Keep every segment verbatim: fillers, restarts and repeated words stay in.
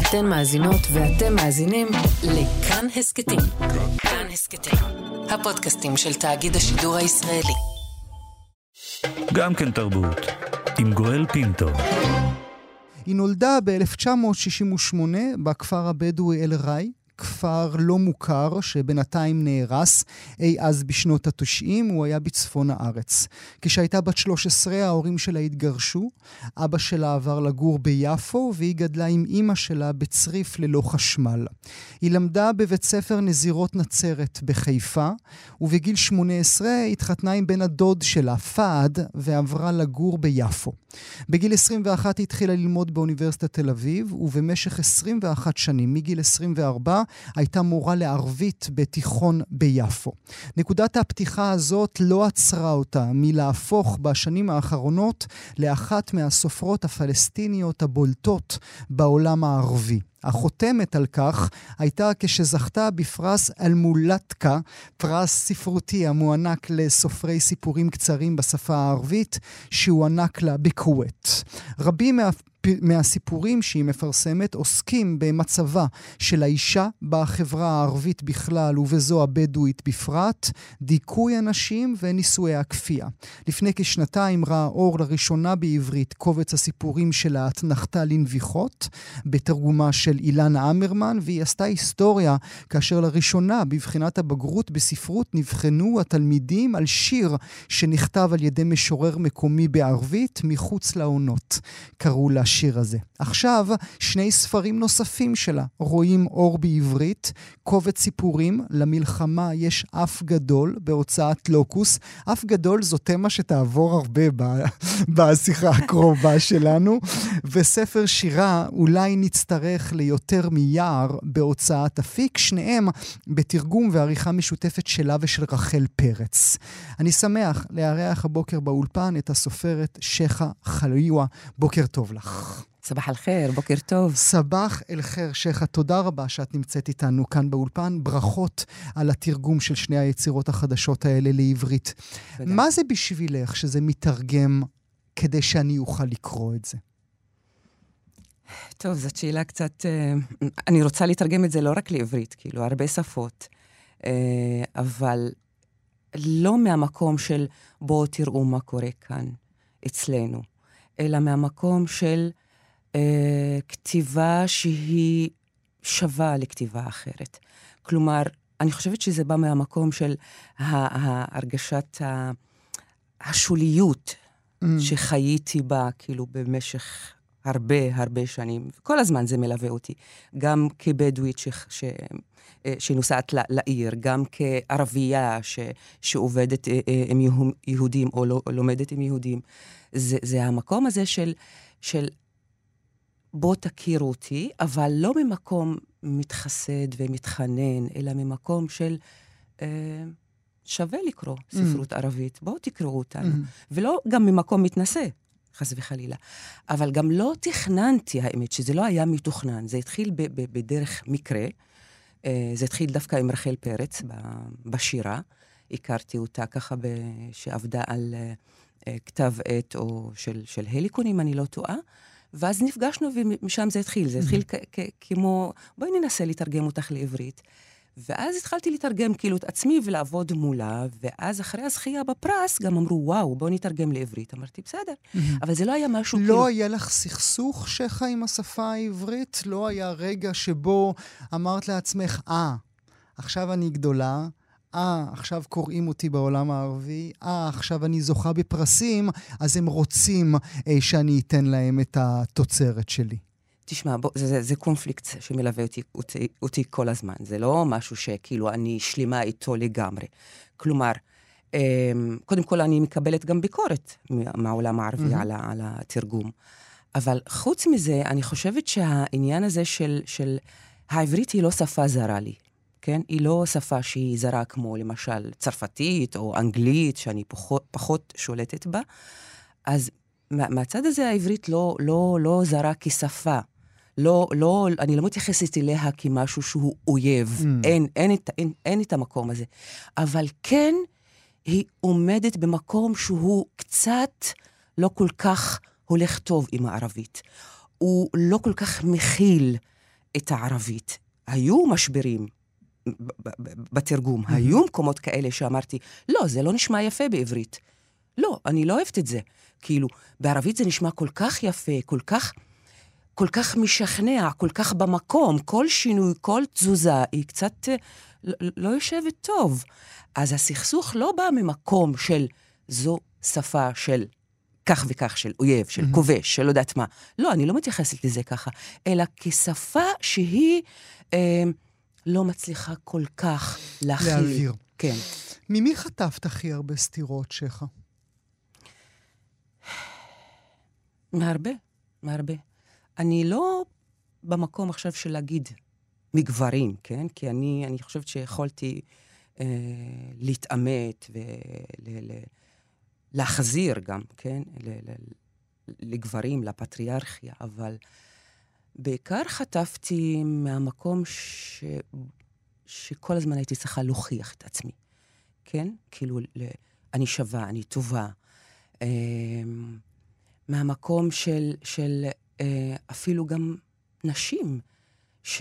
אתן מאזינות ואתם מאזינים לכאן הסקטים. כאן הסקטים, הפודקאסטים של תאגיד השידור הישראלי. גם כן תרבות, עם גואל פינטו. היא נולדה ב-אלף תשע מאות שישים ושמונה בכפר הבדואי אל-ראי, כפר לא מוכר שבינתיים נהרס. אי אז בשנות התשעים הוא היה בצפון הארץ. כשהייתה בת שלוש עשרה ההורים שלה התגרשו, אבא שלה עבר לגור ביפו והיא גדלה עם אמא שלה בצריף ללא חשמל. היא למדה בבית ספר נזירות נצרת בחיפה, ובגיל שמונה עשרה התחתנה עם בן הדוד שלה, פעד, ועברה לגור ביפו. בגיל עשרים ואחת התחילה ללמוד באוניברסיטת תל אביב, ובמשך עשרים ואחת שנים, מגיל עשרים וארבע, הייתה מורה לערבית בתיכון ביפו. נקודת הפתיחה הזאת לא עצרה אותה מלהפוך בשנים האחרונות לאחת מהסופרות הפלסטיניות הבולטות בעולם הערבי. החותמת על כך הייתה כשזכתה בפרס אל-מולטקה, פרס ספרותי המוענק לסופרי סיפורים קצרים בשפה הערבית, שהוענק לה בכווית. רבים מה... מהסיפורים שהיא מפרסמת עוסקים במצבה של האישה בחברה הערבית בכלל ובזו הבדואית בפרט, דיכוי הנשים ונישואי הכפייה. לפני כשנתיים ראה אור לראשונה בעברית קובץ הסיפורים שלה אתנחתה לנביחות, בתרגומה של אילנה אמרמן, והיא עשתה היסטוריה כאשר לראשונה בבחינת הבגרות בספרות נבחנו התלמידים על שיר שנכתב על ידי משורר מקומי בערבית מחוץ לעונות. קראו לה השיר הזה. עכשיו, שני ספרים נוספים שלה רואים אור בעברית, קובץ סיפורים, למלחמה יש אף גדול בהוצאת לוקוס. אף גדול זו תמה שתעבור הרבה בשיחה הקרובה שלנו, וספר שירה אולי נצטרך ליותר מיער בהוצאת אפיק, שניהם בתרגום ועריכה משותפת שלה ושל רחל פרץ. אני שמח לארח הבוקר באולפן את הסופרת שכה חליוה. בוקר טוב לך. סבח אל-חיר, בוקר טוב. סבח אל-חיר, שכה, תודה רבה שאת נמצאת איתנו כאן באולפן. ברכות על התרגום של שני היצירות החדשות האלה לעברית. תודה. מה זה בשבילך שזה מתרגם כדי שאני אוכל לקרוא את זה? טוב, זאת שאלה קצת... אני רוצה לתרגם את זה לא רק לעברית, כאילו, הרבה שפות, אבל לא מהמקום של בואו תראו מה קורה כאן אצלנו, אלא מהמקום של אה, כתיבה שהיא שווה לכתיבה אחרת. כלומר, אני חושבת שזה בא מהמקום של ההרגשת ה, השוליות mm. שחייתי בה, כאילו, במשך הרבה, הרבה שנים. כל הזמן זה מלווה אותי. גם כבדואית ש... ש... שנוסעת לעיר, גם כערבייה ש... שעובדת עם יהודים או לא, לומדת עם יהודים. זה, זה המקום הזה של, של בוא תכירו אותי, אבל לא ממקום מתחסד ומתחנן, אלא ממקום של אה, שווה לקרוא ספרות mm. ערבית. בואו תקראו אותנו. Mm. ולא גם ממקום מתנשא, חס וחלילה. אבל גם לא תכננתי, האמת, שזה לא היה מתוכנן. זה התחיל ב- ב- בדרך מקרה. זה התחיל דווקא עם רחל פרץ בשירה. הכרתי אותה ככה שעבדה על כתב עת או של, של הליקון, אם אני לא טועה. ואז נפגשנו ומשם זה התחיל. זה התחיל כ- כ- כמו, בואי ננסה לתרגם אותך לעברית. ואז התחלתי לתרגם כאילו את עצמי ולעבוד מולה, ואז אחרי הזכייה בפרס גם אמרו, וואו, בואו נתרגם לעברית. אמרתי, בסדר. אבל זה לא היה משהו כאילו... לא היה לך סכסוך שכה עם השפה העברית? לא היה רגע שבו אמרת לעצמך, אה, עכשיו אני גדולה, אה, עכשיו קוראים אותי בעולם הערבי, אה, עכשיו אני זוכה בפרסים, אז הם רוצים אה, שאני אתן להם את התוצרת שלי. תשמע, בוא, זה, זה, זה קונפליקט שמלווה אותי, אותי, אותי כל הזמן. זה לא משהו שכאילו אני שלמה איתו לגמרי. כלומר, קודם כל אני מקבלת גם ביקורת מהעולם הערבי mm-hmm. על, על התרגום. אבל חוץ מזה, אני חושבת שהעניין הזה של, של העברית היא לא שפה זרה לי. כן? היא לא שפה שהיא זרה כמו למשל צרפתית או אנגלית, שאני פחות, פחות שולטת בה. אז מה, מהצד הזה העברית לא, לא, לא זרה כשפה. לא, לא, אני לא מתייחסת אליה כמשהו שהוא אויב. Mm. אין, אין, אין, אין, אין את המקום הזה. אבל כן, היא עומדת במקום שהוא קצת לא כל כך הולך טוב עם הערבית. הוא לא כל כך מכיל את הערבית. היו משברים בתרגום, היו מקומות כאלה שאמרתי, לא, זה לא נשמע יפה בעברית. לא, אני לא אוהבת את זה. כאילו, בערבית זה נשמע כל כך יפה, כל כך, כל כך משכנע, כל כך במקום, כל שינוי, כל תזוזה, היא קצת לא יושבת טוב. אז הסכסוך לא בא ממקום של זו שפה של כך וכך, של אויב, של כובש, של לא יודעת מה. לא, אני לא מתייחסת לזה ככה, אלא כשפה שהיא אה, לא מצליחה כל כך להכיל. להעביר. כן. ממי חטפת הכי הרבה סתירות, שכה? מהרבה, מהרבה. אני לא במקום עכשיו של להגיד מגברים, כן? כי אני, אני חושבת שיכולתי אה, להתאמת ולהחזיר גם, כן? ל, ל, לגברים, לפטריארכיה, אבל בעיקר חטפתי מהמקום ש, שכל הזמן הייתי צריכה להוכיח את עצמי, כן? כאילו, אני שווה, אני טובה. אה, מהמקום של, של אה, אפילו גם נשים ש,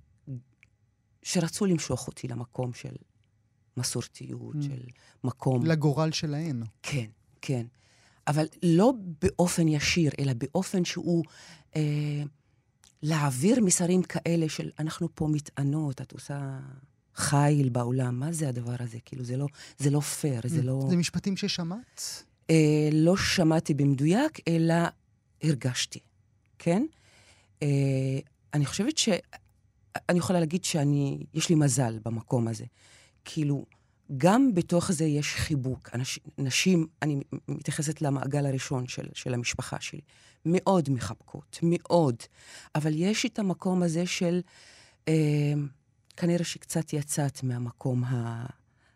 שרצו למשוך אותי למקום של מסורתיות, mm. של מקום... לגורל שלהן. כן, כן. אבל לא באופן ישיר, אלא באופן שהוא אה, להעביר מסרים כאלה של אנחנו פה מתענות, את עושה חיל בעולם, מה זה הדבר הזה? כאילו, זה לא, זה לא פייר, mm. זה לא... זה משפטים ששמעת? אה, לא שמעתי במדויק, אלא הרגשתי, כן? אה, אני חושבת ש... אני יכולה להגיד שאני, יש לי מזל במקום הזה. כאילו, גם בתוך זה יש חיבוק. אנש, נשים, אני מתייחסת למעגל הראשון של, של המשפחה שלי. מאוד מחבקות, מאוד. אבל יש את המקום הזה של, אה, כנראה שקצת יצאת מהמקום ה, ה,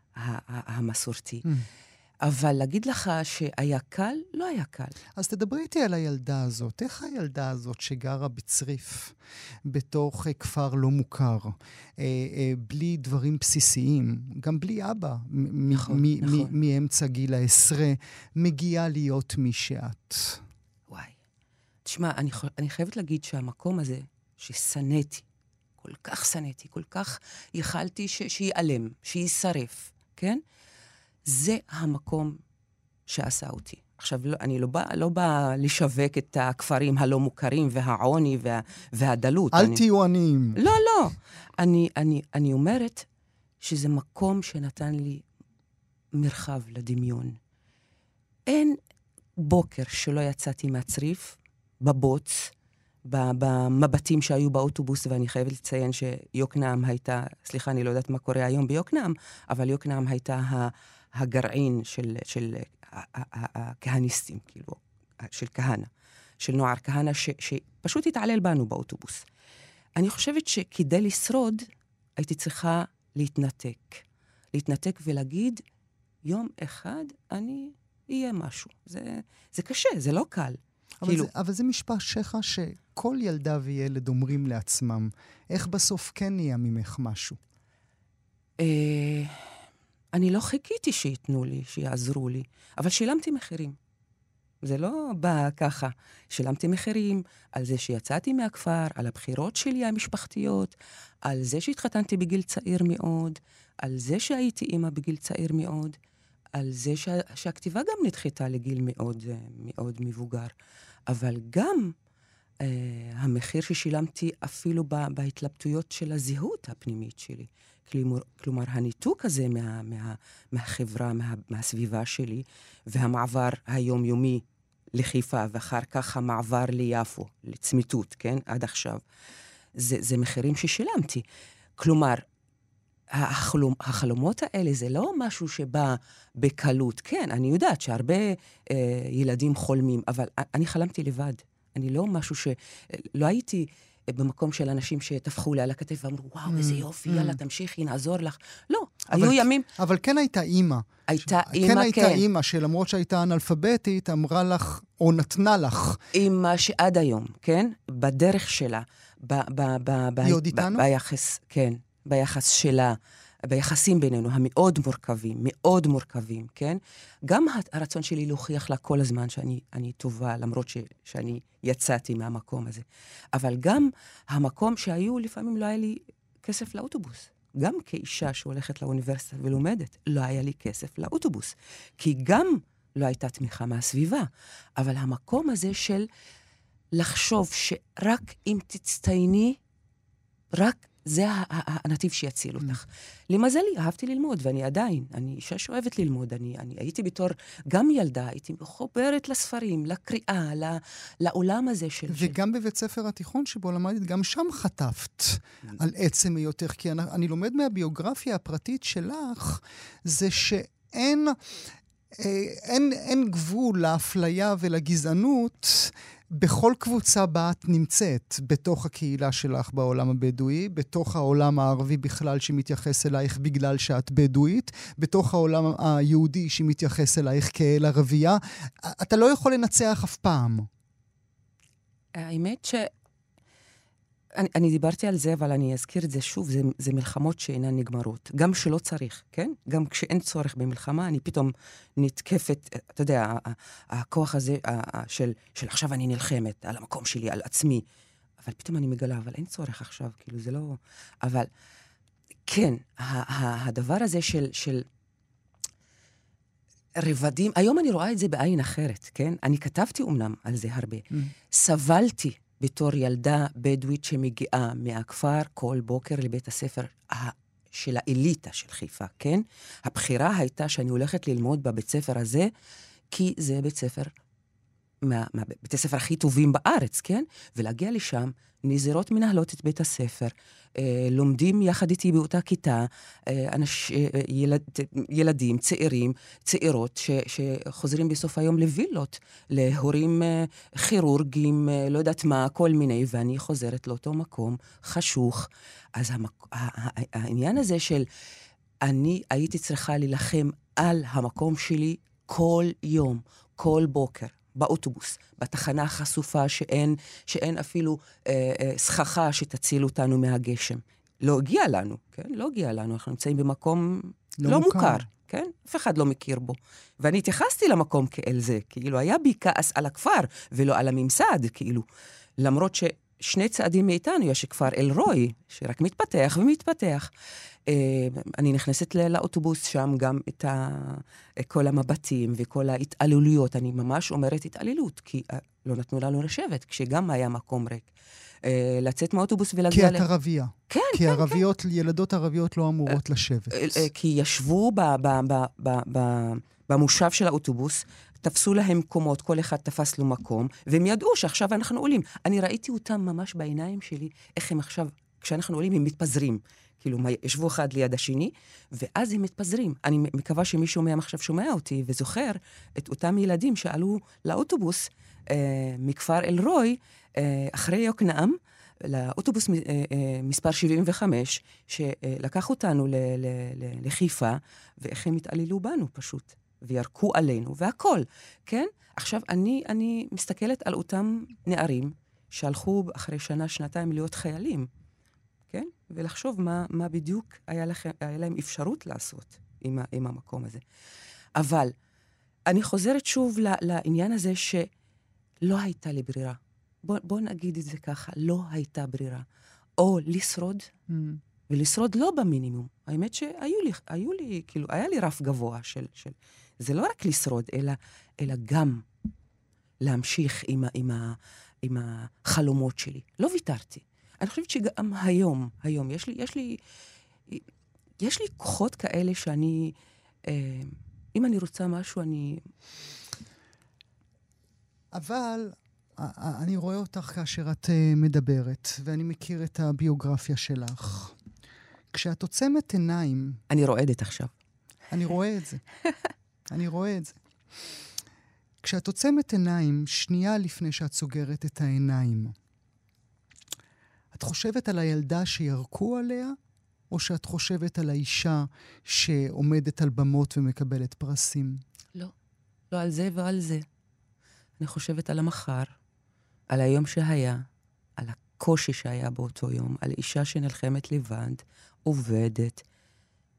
ה, המסורתי. Mm. אבל להגיד לך שהיה קל, לא היה קל. אז תדברי איתי על הילדה הזאת. איך הילדה הזאת שגרה בצריף, בתוך כפר לא מוכר, אה, אה, בלי דברים בסיסיים, גם בלי אבא, נכון, מ- נכון. מ- מאמצע גיל העשרה, מגיעה להיות מי שאת? וואי. תשמע, אני, אני חייבת להגיד שהמקום הזה, ששנאתי, כל כך שנאתי, כל כך יכלתי ש- שיעלם, שישרף, כן? זה המקום שעשה אותי. עכשיו, לא, אני לא באה לא בא לשווק את הכפרים הלא מוכרים והעוני וה, והדלות. אל אני... תהיו עניים. לא, לא. אני, אני, אני אומרת שזה מקום שנתן לי מרחב לדמיון. אין בוקר שלא יצאתי מהצריף, בבוץ, במבטים שהיו באוטובוס, ואני חייבת לציין שיוקנעם הייתה, סליחה, אני לא יודעת מה קורה היום ביוקנעם, אבל יוקנעם הייתה ה... הגרעין של, של הכהניסטים, כאילו, של כהנה, של נוער כהנה, ש, שפשוט התעלל בנו באוטובוס. אני חושבת שכדי לשרוד, הייתי צריכה להתנתק. להתנתק ולהגיד, יום אחד אני אהיה משהו. זה, זה קשה, זה לא קל. אבל, כאילו... זה, אבל זה משפט שכה שכל ילדה וילד אומרים לעצמם, איך בסוף כן נהיה ממך משהו? אה... אני לא חיכיתי שיתנו לי, שיעזרו לי, אבל שילמתי מחירים. זה לא בא ככה. שילמתי מחירים על זה שיצאתי מהכפר, על הבחירות שלי המשפחתיות, על זה שהתחתנתי בגיל צעיר מאוד, על זה שהייתי אימא בגיל צעיר מאוד, על זה שה, שהכתיבה גם נדחתה לגיל מאוד, מאוד מבוגר. אבל גם אה, המחיר ששילמתי אפילו בה, בהתלבטויות של הזהות הפנימית שלי. כלומר, הניתוק הזה מה, מה, מהחברה, מה, מהסביבה שלי, והמעבר היומיומי לחיפה, ואחר כך המעבר ליפו, לצמיתות, כן? עד עכשיו. זה, זה מחירים ששילמתי. כלומר, החלומ, החלומות האלה זה לא משהו שבא בקלות. כן, אני יודעת שהרבה אה, ילדים חולמים, אבל אני חלמתי לבד. אני לא משהו ש... לא הייתי... במקום של אנשים שתפחו לי על הכתף ואמרו, וואו, איזה יופי, יאללה, תמשיכי, נעזור לך. לא, היו ימים... אבל כן הייתה אימא. הייתה אימא, כן. כן הייתה אימא, שלמרות שהייתה אנאלפביתית, אמרה לך, או נתנה לך. אימא שעד היום, כן? בדרך שלה, היא עוד איתנו? ביחס, כן, ביחס שלה, ביחסים בינינו, המאוד מורכבים, מאוד מורכבים, כן? גם הרצון שלי להוכיח לה כל הזמן שאני אני טובה, למרות ש, שאני יצאתי מהמקום הזה. אבל גם המקום שהיו, לפעמים לא היה לי כסף לאוטובוס. גם כאישה שהולכת לאוניברסיטה ולומדת, לא היה לי כסף לאוטובוס. כי גם לא הייתה תמיכה מהסביבה. אבל המקום הזה של לחשוב שרק אם תצטייני, רק זה הנתיב שיציל אותך. למזלי, אהבתי ללמוד, ואני עדיין, אני אישה שאוהבת ללמוד, אני, אני הייתי בתור גם ילדה, הייתי מחוברת לספרים, לקריאה, לעולם הזה של... וגם בבית ספר התיכון שבו למדת, גם שם חטפת על עצם היותך, כי אני, אני לומד מהביוגרפיה הפרטית שלך, זה שאין אין, אין גבול לאפליה ולגזענות, בכל קבוצה בה את נמצאת, בתוך הקהילה שלך בעולם הבדואי, בתוך העולם הערבי בכלל שמתייחס אלייך בגלל שאת בדואית, בתוך העולם היהודי שמתייחס אלייך כאל ערבייה, אתה לא יכול לנצח אף פעם. האמת ש... אני, אני דיברתי על זה, אבל אני אזכיר את זה שוב, זה, זה מלחמות שאינן נגמרות. גם שלא צריך, כן? גם כשאין צורך במלחמה, אני פתאום נתקפת, אתה יודע, הכוח הזה של, של עכשיו אני נלחמת על המקום שלי, על עצמי. אבל פתאום אני מגלה, אבל אין צורך עכשיו, כאילו זה לא... אבל כן, הדבר הזה של... של רבדים, היום אני רואה את זה בעין אחרת, כן? אני כתבתי אומנם על זה הרבה. Mm. סבלתי בתור ילדה בדואית שמגיעה מהכפר כל בוקר לבית הספר של האליטה של חיפה, כן? הבחירה הייתה שאני הולכת ללמוד בבית ספר הזה, כי זה בית ספר, מה, מה, בית הספר הכי טובים בארץ, כן? ולהגיע לשם, נזירות מנהלות את בית הספר, אה, לומדים יחד איתי באותה כיתה, אה, אנש, אה, ילד, ילדים, צעירים, צעירות, ש, שחוזרים בסוף היום לווילות, להורים אה, כירורגים, אה, לא יודעת מה, כל מיני, ואני חוזרת לאותו מקום חשוך. אז המק... העניין הזה של אני הייתי צריכה להילחם על המקום שלי כל יום, כל בוקר. באוטובוס, בתחנה החשופה שאין, שאין אפילו אה, אה, סככה שתציל אותנו מהגשם. לא הגיע לנו, כן? לא הגיע לנו. אנחנו נמצאים במקום לא, לא מוכר, כן? אף אחד לא מכיר בו. ואני התייחסתי למקום כאל זה, כאילו היה בי כעס על הכפר ולא על הממסד, כאילו. למרות ששני צעדים מאיתנו יש כפר אלרוי, שרק מתפתח ומתפתח. אני נכנסת לאוטובוס שם גם את כל המבטים וכל ההתעללויות. אני ממש אומרת התעללות, כי לא נתנו לנו לשבת, כשגם היה מקום ריק. לצאת מהאוטובוס ולהגיע... כי את ערבייה. כן, כי כן, ערביות, כן. ילדות ערביות לא אמורות לשבת. כי ישבו במושב של האוטובוס, תפסו להם מקומות, כל אחד תפס לו מקום, והם ידעו שעכשיו אנחנו עולים. אני ראיתי אותם ממש בעיניים שלי, איך הם עכשיו, כשאנחנו עולים, הם מתפזרים. כאילו, ישבו אחד ליד השני, ואז הם מתפזרים. אני מקווה שמישהו מהם עכשיו שומע אותי, וזוכר את אותם ילדים שעלו לאוטובוס אה, מכפר אלרוי, אה, אחרי יוקנעם, לאוטובוס אה, אה, מספר שבעים וחמש, שלקח אותנו ל- ל- ל- לחיפה, ואיך הם התעללו בנו פשוט, וירקו עלינו, והכל, כן? עכשיו, אני, אני מסתכלת על אותם נערים, שהלכו אחרי שנה, שנתיים להיות חיילים, כן? ולחשוב מה, מה בדיוק היה, לכם, היה להם אפשרות לעשות עם, ה, עם המקום הזה. אבל אני חוזרת שוב ל, לעניין הזה שלא הייתה לי ברירה. בוא, בוא נגיד את זה ככה, לא הייתה ברירה. או לשרוד, mm. ולשרוד לא במינימום. האמת שהיו לי, היו לי, כאילו, היה לי רף גבוה של, של... זה לא רק לשרוד, אלא, אלא גם להמשיך עם, ה, עם, ה, עם החלומות שלי. לא ויתרתי. אני חושבת שגם היום, היום, יש לי, יש לי, יש לי כוחות כאלה שאני, אה, אם אני רוצה משהו, אני... אבל אני רואה אותך כאשר את מדברת, ואני מכיר את הביוגרפיה שלך. כשאת עוצמת עיניים... אני רועדת עכשיו. אני רואה את זה. אני רואה את זה. כשאת עוצמת עיניים, שנייה לפני שאת סוגרת את העיניים, את חושבת על הילדה שירקו עליה, או שאת חושבת על האישה שעומדת על במות ומקבלת פרסים? לא. לא על זה ועל זה. אני חושבת על המחר, על היום שהיה, על הקושי שהיה באותו יום, על אישה שנלחמת לבד, עובדת,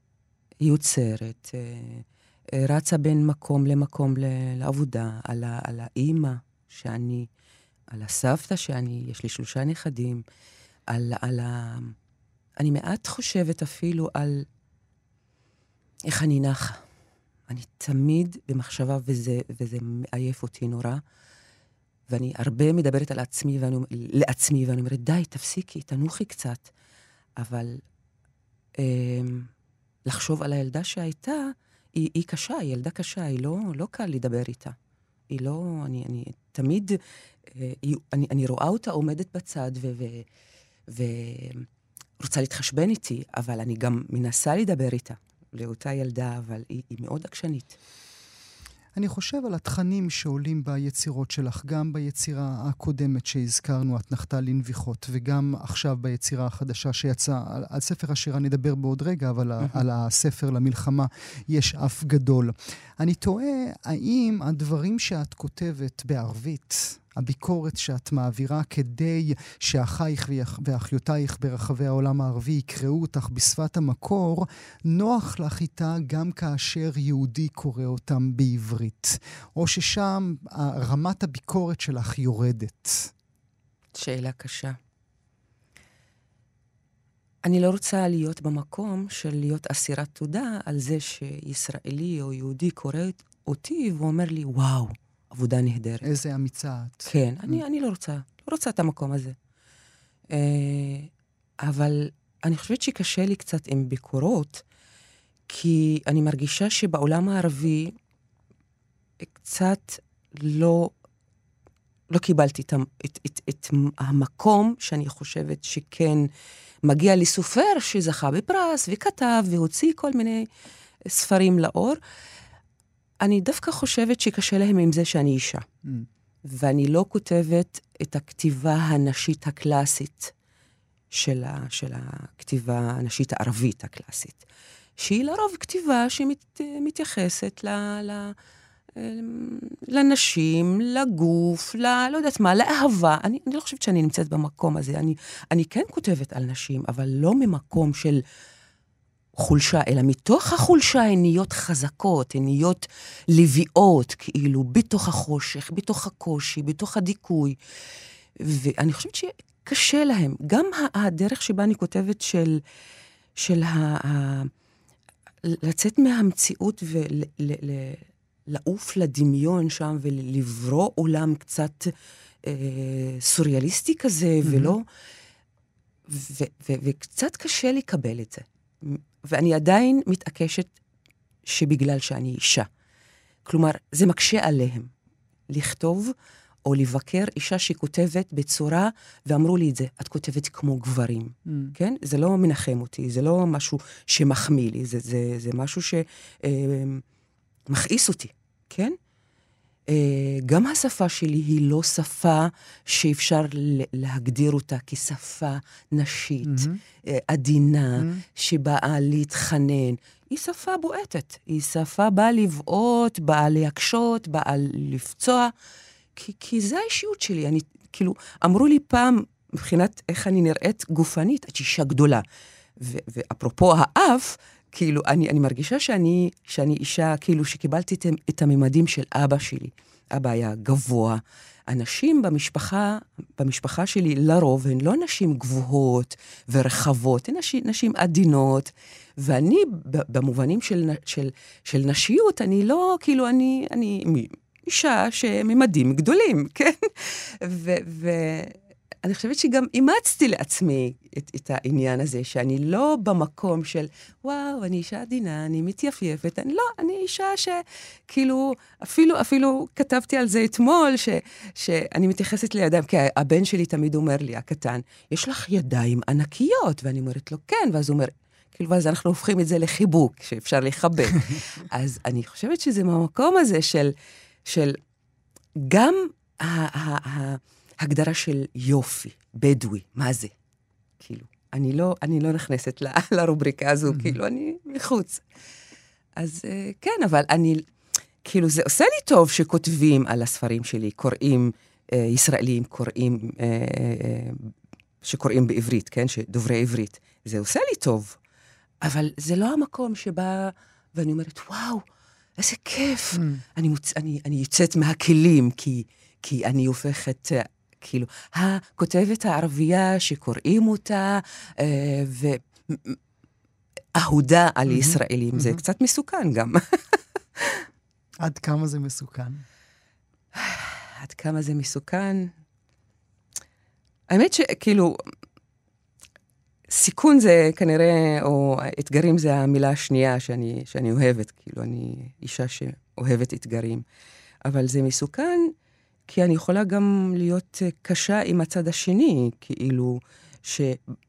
היא יוצרת, רצה בין מקום למקום לעבודה, על, ה, על האימא שאני, על הסבתא שאני, יש לי שלושה נכדים, על, על ה... אני מעט חושבת אפילו על איך אני נחה. אני תמיד במחשבה, וזה, וזה מעייף אותי נורא, ואני הרבה מדברת על עצמי, ואני, לעצמי, ואני אומרת, די, תפסיקי, תנוחי קצת. אבל אה, לחשוב על הילדה שהייתה, היא, היא קשה, היא ילדה קשה, היא לא, לא קל לדבר איתה. היא לא, אני, אני תמיד, אה, היא, אני, אני רואה אותה עומדת בצד, ו... ו, ו רוצה להתחשבן איתי, אבל אני גם מנסה לדבר איתה, לאותה ילדה, אבל היא, היא מאוד עקשנית. אני חושב על התכנים שעולים ביצירות שלך, גם ביצירה הקודמת שהזכרנו, את נחתה לנביחות, וגם עכשיו ביצירה החדשה שיצאה, על, על ספר השירה נדבר בעוד רגע, אבל mm-hmm. על הספר למלחמה יש אף גדול. אני תוהה, האם הדברים שאת כותבת בערבית, הביקורת שאת מעבירה כדי שאחייך ואחיותייך ברחבי העולם הערבי יקראו אותך בשפת המקור, נוח לך איתה גם כאשר יהודי קורא אותם בעברית. או ששם רמת הביקורת שלך יורדת. שאלה קשה. אני לא רוצה להיות במקום של להיות אסירת תודה על זה שישראלי או יהודי קורא אותי ואומר לי, וואו, עבודה נהדרת. איזה אמיצה את. כן, אני, אני לא רוצה, לא רוצה את המקום הזה. אבל אני חושבת שקשה לי קצת עם ביקורות, כי אני מרגישה שבעולם הערבי קצת לא, לא קיבלתי את, את, את, את המקום שאני חושבת שכן מגיע לסופר שזכה בפרס וכתב והוציא כל מיני ספרים לאור. אני דווקא חושבת שקשה להם עם זה שאני אישה. Mm. ואני לא כותבת את הכתיבה הנשית הקלאסית של, ה, של הכתיבה הנשית הערבית הקלאסית, שהיא לרוב כתיבה שמתייחסת ל, ל, לנשים, לגוף, ל, לא יודעת מה, לאהבה. אני, אני לא חושבת שאני נמצאת במקום הזה. אני, אני כן כותבת על נשים, אבל לא ממקום של חולשה, אלא מתוך החולשה הן נהיות חזקות, הן נהיות לביאות, כאילו, בתוך החושך, בתוך הקושי, בתוך הדיכוי. ואני חושבת שקשה להם. גם הדרך שבה אני כותבת של, של ה, ה, לצאת מהמציאות ולעוף לדמיון שם, ולברוא עולם קצת אה, סוריאליסטי כזה, mm-hmm. ולא... ו, ו, וקצת קשה לקבל את זה. ואני עדיין מתעקשת שבגלל שאני אישה. כלומר, זה מקשה עליהם לכתוב או לבקר אישה שכותבת בצורה, ואמרו לי את זה, את כותבת כמו גברים. Mm. כן? זה לא מנחם אותי, זה לא משהו שמחמיא לי, זה, זה, זה משהו שמכעיס אותי. כן? גם השפה שלי היא לא שפה שאפשר להגדיר אותה כשפה נשית, mm-hmm. עדינה, mm-hmm. שבאה להתחנן. היא שפה בועטת, היא שפה באה לבעוט, באה להקשות, באה לפצוע, כי, כי זה האישיות שלי. אני, כאילו, אמרו לי פעם, מבחינת איך אני נראית גופנית, את אישה גדולה. ו, ואפרופו האף, כאילו, אני, אני מרגישה שאני, שאני אישה, כאילו, שקיבלתי את, את הממדים של אבא שלי. אבא היה גבוה. אנשים במשפחה, במשפחה שלי, לרוב, הן לא נשים גבוהות ורחבות, הן נשים, נשים עדינות. ואני, במובנים של, של, של נשיות, אני לא, כאילו, אני, אני אישה שממדים גדולים, כן? ו... ו אני חושבת שגם אימצתי לעצמי את, את העניין הזה, שאני לא במקום של, וואו, אני אישה עדינה, אני מתייפייפת, אני לא, אני אישה שכאילו, אפילו, אפילו כתבתי על זה אתמול, ש, שאני מתייחסת לידיים, כי הבן שלי תמיד אומר לי, הקטן, יש לך ידיים ענקיות, ואני אומרת לו, כן, ואז הוא אומר, כאילו, ואז אנחנו הופכים את זה לחיבוק, שאפשר לחבק. אז אני חושבת שזה מהמקום הזה של, של גם ה... ה, ה הגדרה של יופי, בדואי, מה זה? כאילו, אני לא, אני לא נכנסת ל, לרובריקה הזו, mm-hmm. כאילו, אני מחוץ. אז כן, אבל אני, כאילו, זה עושה לי טוב שכותבים על הספרים שלי, קוראים אה, ישראלים, קוראים, אה, אה, שקוראים בעברית, כן? שדוברי עברית. זה עושה לי טוב. אבל זה לא המקום שבא, ואני אומרת, וואו, איזה כיף. Mm. אני, מוצ... אני, אני יוצאת מהכלים, כי, כי אני הופכת, כאילו, הכותבת הערבייה שקוראים אותה, אה, ואהודה על mm-hmm. ישראלים. Mm-hmm. זה קצת מסוכן גם. עד כמה זה מסוכן? עד כמה זה מסוכן? האמת שכאילו, סיכון זה כנראה, או אתגרים זה המילה השנייה שאני, שאני אוהבת, כאילו אני אישה שאוהבת אתגרים. אבל זה מסוכן, כי אני יכולה גם להיות קשה עם הצד השני, כאילו, ש,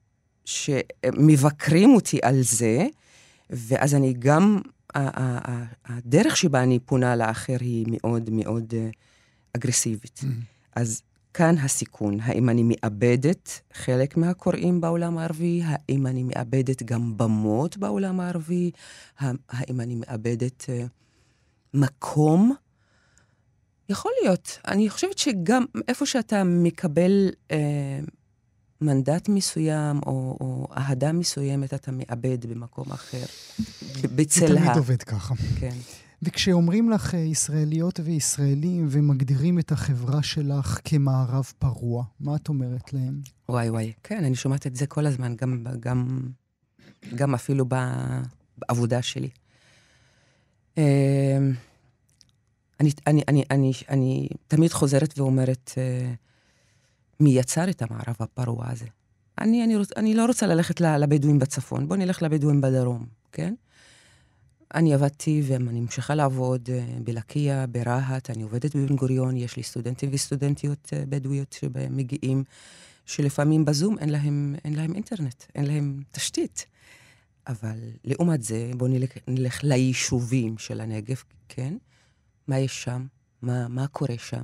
שמבקרים אותי על זה, ואז אני גם, הדרך שבה אני פונה לאחר היא מאוד מאוד אגרסיבית. אז כאן הסיכון, האם אני מאבדת חלק מהקוראים בעולם הערבי, האם אני מאבדת גם במות בעולם הערבי, האם אני מאבדת uh, מקום? יכול להיות. אני חושבת שגם איפה שאתה מקבל uh, מנדט מסוים, או, או אהדה מסוימת, אתה מאבד במקום אחר, בצל ה... זה תמיד עובד ככה. כן. וכשאומרים לך ישראליות וישראלים ומגדירים את החברה שלך כמערב פרוע, מה את אומרת להם? וואי וואי, כן, אני שומעת את זה כל הזמן, גם, גם, גם אפילו בעבודה שלי. אני, אני, אני, אני, אני תמיד חוזרת ואומרת, מי יצר את המערב הפרוע הזה? אני, אני, אני לא רוצה ללכת לבדואים בצפון, בוא נלך לבדואים בדרום, כן? אני עבדתי ואני ממשיכה לעבוד בלקיה, ברהט, אני עובדת בבן גוריון, יש לי סטודנטים וסטודנטיות בדואיות שמגיעים, שלפעמים בזום אין להם, אין להם אינטרנט, אין להם תשתית. אבל לעומת זה, בואו נלך, נלך ליישובים של הנגב, כן? מה יש שם? מה, מה קורה שם?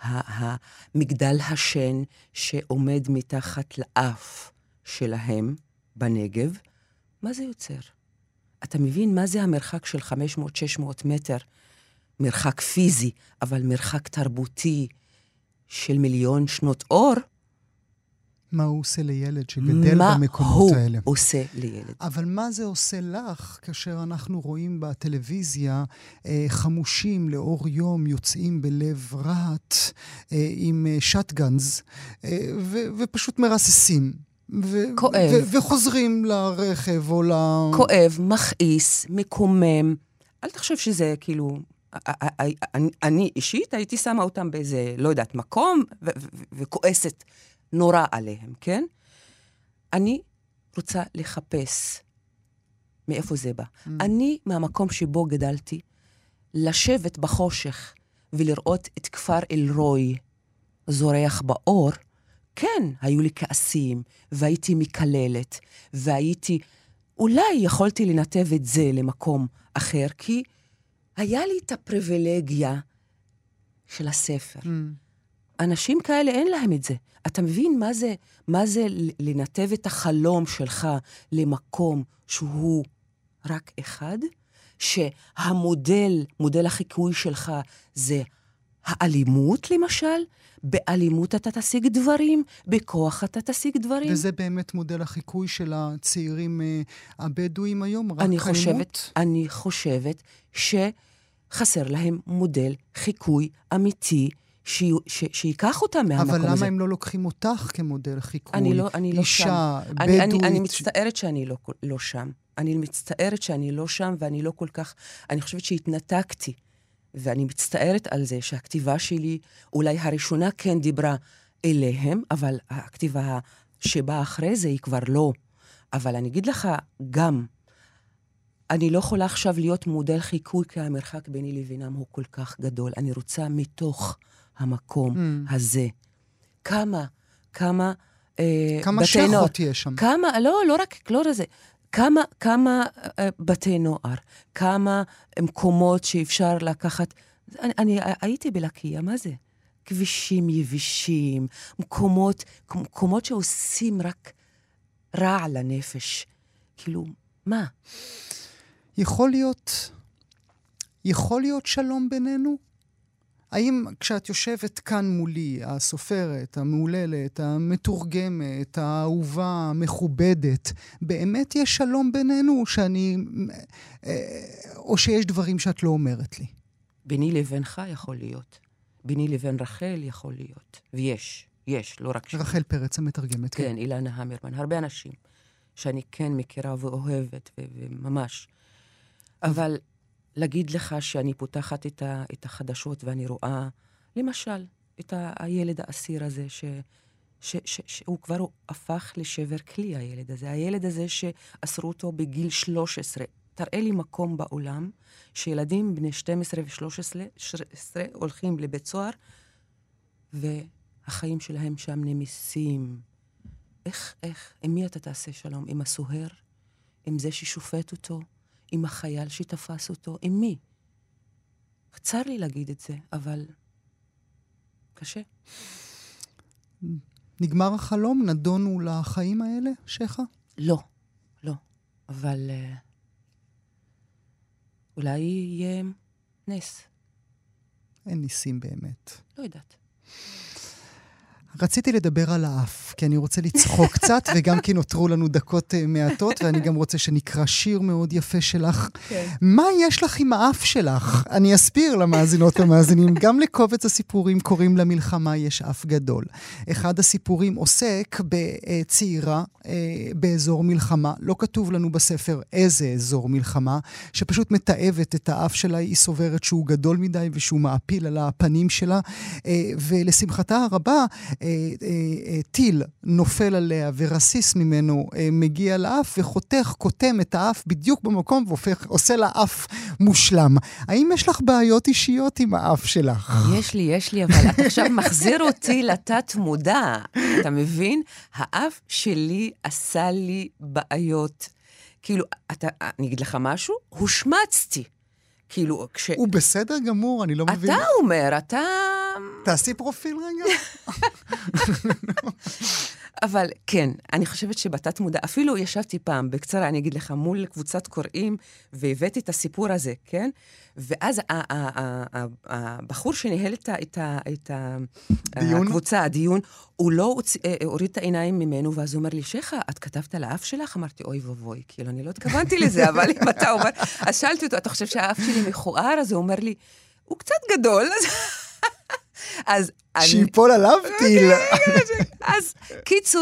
המגדל השן שעומד מתחת לאף שלהם בנגב, מה זה יוצר? אתה מבין מה זה המרחק של חמש מאות שש מאות מטר? מרחק פיזי, אבל מרחק תרבותי של מיליון שנות אור? מה הוא עושה לילד שגדל במקומות האלה? מה הוא עושה לילד? אבל מה זה עושה לך כאשר אנחנו רואים בטלוויזיה אה, חמושים לאור יום יוצאים בלב רהט אה, עם אה, שטגנז אה, ו- ופשוט מרססים? ו- כואב. ו- וחוזרים לרכב או ל... כואב, מכעיס, מקומם. אל תחשב שזה כאילו... אני, אני אישית הייתי שמה אותם באיזה, לא יודעת, מקום, ו- ו- וכועסת נורא עליהם, כן? אני רוצה לחפש מאיפה זה בא. Mm. אני, מהמקום שבו גדלתי, לשבת בחושך ולראות את כפר אלרוי זורח באור, כן, היו לי כעסים, והייתי מקללת, והייתי, אולי יכולתי לנתב את זה למקום אחר, כי היה לי את הפריבילגיה של הספר. Mm. אנשים כאלה אין להם את זה. אתה מבין מה זה, מה זה לנתב את החלום שלך למקום שהוא רק אחד? שהמודל, מודל החיקוי שלך זה האלימות למשל? באלימות אתה תשיג דברים, בכוח אתה תשיג דברים. וזה באמת מודל החיקוי של הצעירים uh, הבדואים היום? רק אני חושבת, אלימות? אני חושבת שחסר להם מודל חיקוי אמיתי, ש... ש... שיקח אותם מהמקום הזה. אבל למה הם לא לוקחים אותך כמודל חיקוי? אני לא, אני לא אישה, שם. בדואית. אני, אני, אני מצטערת שאני לא, לא שם. אני מצטערת שאני לא שם, ואני לא כל כך... אני חושבת שהתנתקתי. ואני מצטערת על זה שהכתיבה שלי, אולי הראשונה כן דיברה אליהם, אבל הכתיבה שבאה אחרי זה היא כבר לא. אבל אני אגיד לך גם, אני לא יכולה עכשיו להיות מודל חיקוי, כי המרחק ביני לבינם הוא כל כך גדול. אני רוצה מתוך המקום mm. הזה. כמה, כמה... אה, כמה שחות יש שם? כמה, לא, לא רק, לא רזה. כמה, כמה אה, בתי נוער, כמה מקומות שאפשר לקחת... אני, אני הייתי בלקיה, מה זה? כבישים יבישים, מקומות, מקומות שעושים רק רע לנפש. כאילו, מה? יכול להיות, יכול להיות שלום בינינו? האם כשאת יושבת כאן מולי, הסופרת, המעוללת, המתורגמת, האהובה, המכובדת, באמת יש שלום בינינו, שאני, או שיש דברים שאת לא אומרת לי? ביני לבינך יכול להיות. ביני לבין רחל יכול להיות. ויש, יש, לא רק שלי. רחל פרץ המתרגמת. כן, אילנה המרמן. הרבה אנשים שאני כן מכירה ואוהבת, ו- וממש. אבל להגיד לך שאני פותחת את, ה- את החדשות ואני רואה, למשל, את ה- הילד האסיר הזה, ש- ש- ש- שהוא כבר הפך לשבר כלי, הילד הזה. הילד הזה שאסרו אותו בגיל שלוש עשרה. תראה לי מקום בעולם שילדים בני שתים עשרה ו-שלוש עשרה הולכים לבית סוהר, והחיים שלהם שם נמסים. איך, איך, עם מי אתה תעשה שלום? עם הסוהר? עם זה ששופט אותו? עם החייל שתפס אותו? עם מי? צר לי להגיד את זה, אבל קשה. נגמר החלום? נדונו לחיים האלה, שכה? לא, לא. אבל uh, אולי יהיה נס. אין ניסים באמת. לא יודעת. רציתי לדבר על האף, כי אני רוצה לצחוק קצת, וגם כי נותרו לנו דקות מעטות, ואני גם רוצה שנקרא שיר מאוד יפה שלך. כן. מה יש לך עם האף שלך? אני אסביר למאזינות ומאזינים. גם לקובץ הסיפורים קוראים למלחמה יש אף גדול. אחד הסיפורים עוסק בצעירה באזור מלחמה. לא כתוב לנו בספר איזה אזור מלחמה, שפשוט מתאבת את האף שלה. היא סוברת שהוא גדול מדי ושהוא מעפיל על הפנים שלה. ולשמחתה הרבה, טיל נופל עליה ורסיס ממנו מגיע לאף וחותך, קוטם את האף בדיוק במקום ועושה לה אף מושלם. האם יש לך בעיות אישיות עם האף שלך? יש לי, יש לי, אבל אתה עכשיו מחזיר אותי לתת מודע. אתה מבין? האף שלי עשה לי בעיות. כאילו, אתה, אני אגיד לך משהו? הושמצתי. כאילו, כש... הוא בסדר גמור, אני לא מבין. אתה אומר, אתה... תעשי פרופיל רגע. אבל כן, אני חושבת שבתת מודע, אפילו ישבתי פעם, בקצרה, אני אגיד לך, מול קבוצת קוראים, והבאתי את הסיפור הזה, כן? ואז הבחור שניהל את הקבוצה, הדיון, הוא לא הוריד את העיניים ממנו, ואז הוא אומר לי, שכה, את כתבת על האף שלך? אמרתי, אוי ובוי, כאילו, אני לא התכוונתי לזה, אבל אם אתה אומר, אז שאלתי אותו, אתה חושב שהאף שלי מכוער? אז הוא אומר לי, הוא קצת גדול, אז... שיפול עליו טיל. אז קיצור,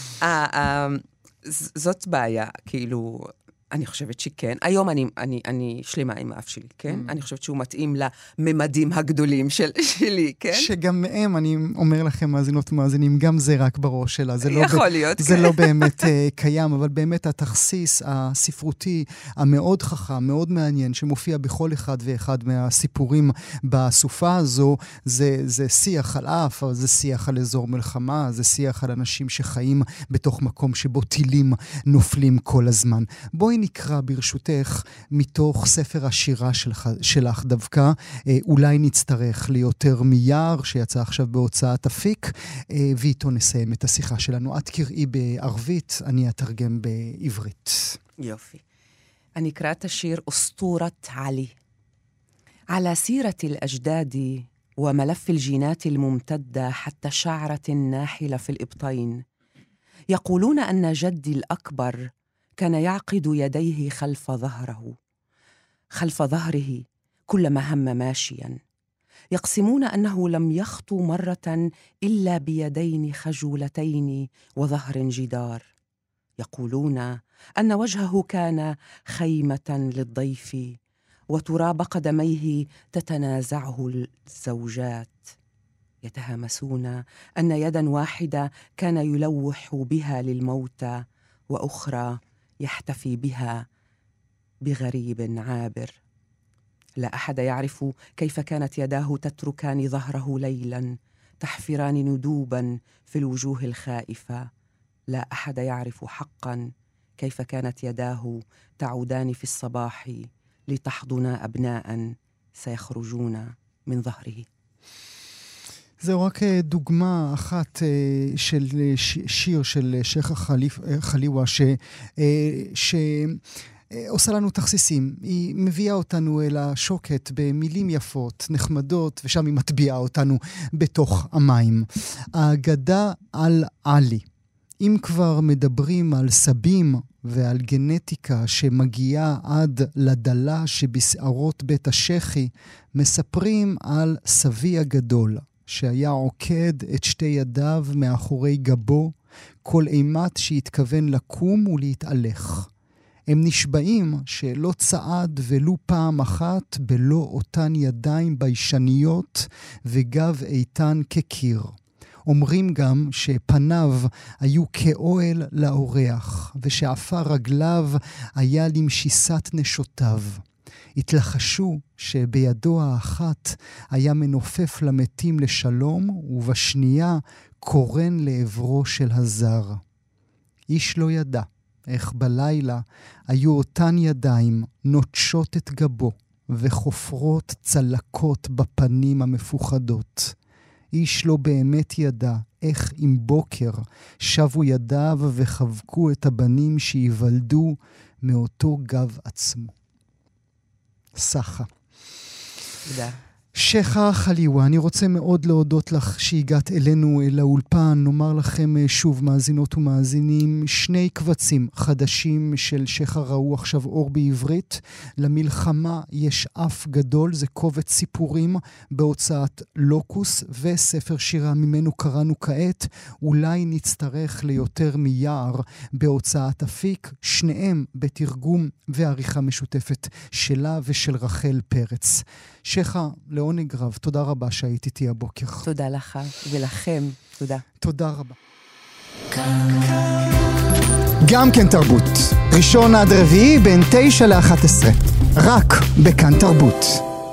זאת בעיה, כאילו, אני חושבת שכן. היום אני, אני, אני שלמה עם האף שלי, כן? אני חושבת שהוא מתאים לממדים הגדולים שלי, כן? שגם מהם, אני אומר לכם, מאזינות ומאזינים, גם זה רק בראש שלה. יכול להיות, כן. זה לא באמת קיים, אבל באמת התכסיס הספרותי, המאוד חכם, מאוד מעניין, שמופיע בכל אחד ואחד מהסיפורים בסופה הזו, זה שיח על אף, זה שיח על אזור מלחמה, זה שיח על אנשים שחיים בתוך מקום שבו טילים נופלים כל הזמן. בואי נקרא ברשותך מתוך ספר השירה שלך, שלך דווקא, אה, אולי נצטרך ליותר מיער שיצא עכשיו בהוצאת אפיק, אה, ואיתו נסיים את השיחה שלנו. את קראי בערבית, אני אתרגם בעברית. יופי. אני אקרא את השיר אסטורת עלי. على سيرة الأجداد وملف الجينات الممتدة حتى شعرة ناحلة في الإبطين يقولون أن جدي الأكبر كان يعقد يديه خلف ظهره خلف ظهره كلما هم ماشيا يقسمون أنه لم يخطو مرة إلا بيدين خجولتين وظهر جدار يقولون أن وجهه كان خيمة للضيف وتراب قدميه تتنازعه الزوجات يتهامسون أن يدا واحدة كان يلوح بها للموتى وأخرى يحتفي بها بغريب عابر لا أحد يعرف كيف كانت يداه تتركان ظهره ليلاً تحفران ندوباً في الوجوه الخائفة لا أحد يعرف حقاً كيف كانت يداه تعودان في الصباح لتحضنا أبناء سيخرجون من ظهره. זהו רק דוגמה אחת של שיר של שייח חליווה, ש... ש... עושה לנו תכסיסים. היא מביאה אותנו אל השוקת במילים יפות, נחמדות, ושם היא מטביעה אותנו בתוך המים. האגדה על עלי. אם כבר מדברים על סבים ועל גנטיקה שמגיעה עד לדלה שבשערות בית השחי, מספרים על סבי הגדול, שהיה עוקד את שתי ידיו מאחורי גבו, כל אימת שהתכוון לקום ולהתהלך. הם נשבעים שלא צעד ולו פעם אחת בלא אותן ידיים ביישניות וגב איתן כקיר. אומרים גם שפניו היו כאוהל לאורח, ושעפר רגליו היה למשיסת נשותיו. התלחשו שבידו האחת היה מנופף למתים לשלום, ובשנייה קורן לעברו של הזר. איש לא ידע איך בלילה היו אותן ידיים נוטשות את גבו, וחופרות צלקות בפנים המפוחדות. איש לא באמת ידע איך עם בוקר שבו ידיו וחבקו את הבנים שיוולדו מאותו גב עצמו. סחה. תודה. שכה חליווה, אני רוצה מאוד להודות לך שהגעת אלינו לאולפן. נאמר לכם שוב, מאזינות ומאזינים, שני קבצים חדשים של שכה ראו עכשיו אור בעברית. למלחמה יש אף גדול, זה קובץ סיפורים בהוצאת לוקוס, וספר שירה ממנו קראנו כעת, אולי נצטרך ליותר מיער בהוצאת אפיק, שניהם בתרגום ועריכה משותפת שלה ושל רחל פרץ. שכה, לעונג רב, תודה רבה שהיית איתי הבוקר. תודה לך ולכם, תודה. תודה רבה. גם כן תרבות, ראשון עד רביעי בין תשע לאחת עשרה, רק בכאן תרבות.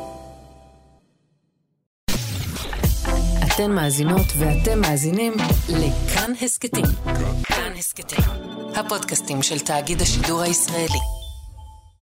אתן מאזינות ואתם מאזינים לכאן הסקטים. כאן הסקטים, הפודקאסטים של תאגיד השידור הישראלי.